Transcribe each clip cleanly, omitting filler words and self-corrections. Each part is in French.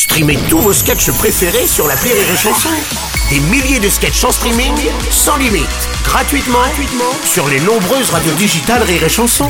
Streamez tous vos sketchs préférés sur l'appli Rire et Chanson. Des milliers de sketchs en streaming, sans limite, gratuitement sur les nombreuses radios digitales Rire et Chanson.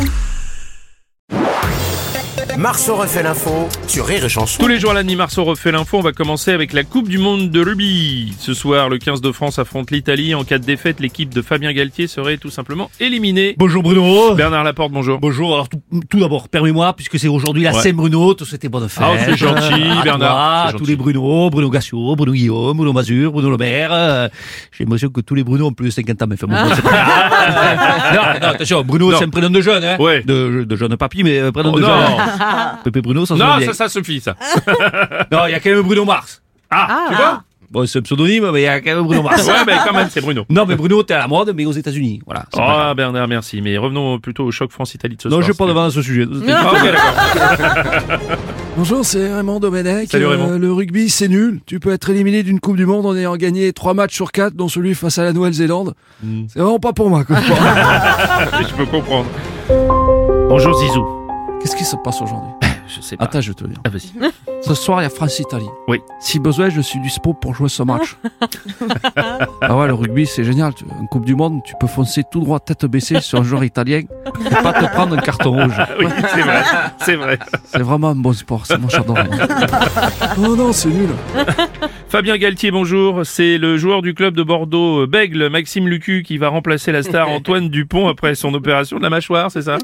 Marceau refait l'info sur Rire et Chanson. Tous les jours à la nuit, Marceau refait l'info. On va commencer avec la Coupe du Monde de rugby. Ce soir, le 15 de France affronte l'Italie. En cas de défaite, l'équipe de Fabien Galtier serait tout simplement éliminée. Bonjour Bruno. Bernard Laporte, bonjour. Bonjour. Alors tout d'abord, permets-moi, puisque c'est aujourd'hui la Saint-Bruno, te souhaiter bonne fête. Ah, c'est gentil, Bernard. À C'est tous gentil. les Bruno Gassio, Bruno Guillaume, Bruno Mazur, Bruno Le Maire. J'ai l'impression que tous les Bruno ont plus de 50 ans, mais enfin, bon, c'est pas grave. Non, attention, Bruno, Non. c'est un prénom de jeune, hein. Ouais. De jeune papy, mais prénom Oh, de non. jeune. Pépé Bruno, ça Non, sonne bien. ça suffit, ça. Non, il y a quand même Bruno Mars. Tu vois? Bon, c'est un pseudonyme, mais il y a quand même Bruno Mars. Ouais, mais quand même, c'est Bruno. Non, mais Bruno, t'es à la mode, mais aux États-Unis. Voilà. c'est pas grave. Oh, Bernard, merci. Mais revenons plutôt au choc France-Italie de ce Non, soir. je vais pas devant ce sujet. Ah, ok, d'accord. Bonjour, c'est Raymond Domenech. Salut, Raymond. Le rugby, c'est nul. Tu peux être éliminé d'une Coupe du Monde en ayant gagné 3 matchs sur 4, dont celui face à la Nouvelle-Zélande. C'est vraiment pas pour moi. Quoi. Je peux comprendre. Bonjour, Zizou. Qu'est-ce qui se passe aujourd'hui? Je sais pas. Attends, je vais te le dire. Ah, vas-y. Ce soir, il y a France-Italie. Oui. Si besoin, je suis dispo pour jouer ce match. Ah ouais, le rugby, c'est génial. En Coupe du Monde, tu peux foncer tout droit, tête baissée, sur un joueur italien et pas te prendre un carton rouge. Oui, c'est vrai. C'est vrai. C'est vraiment un bon sport. C'est mon j'adore. Oh non, c'est nul. Fabien Galtier, bonjour. C'est le joueur du club de Bordeaux, Bègle, Maxime Lucu, qui va remplacer la star Antoine Dupont après son opération de la mâchoire, c'est ça?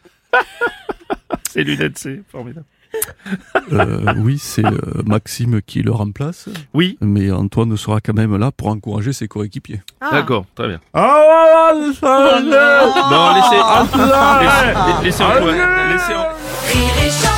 Ses lunettes, c'est formidable. Oui, c'est Maxime qui le remplace, Oui, mais Antoine sera quand même là pour encourager ses coéquipiers. d'accord, très bien. Ah, Non, laissez Antoine. Laissez Rire et chanson.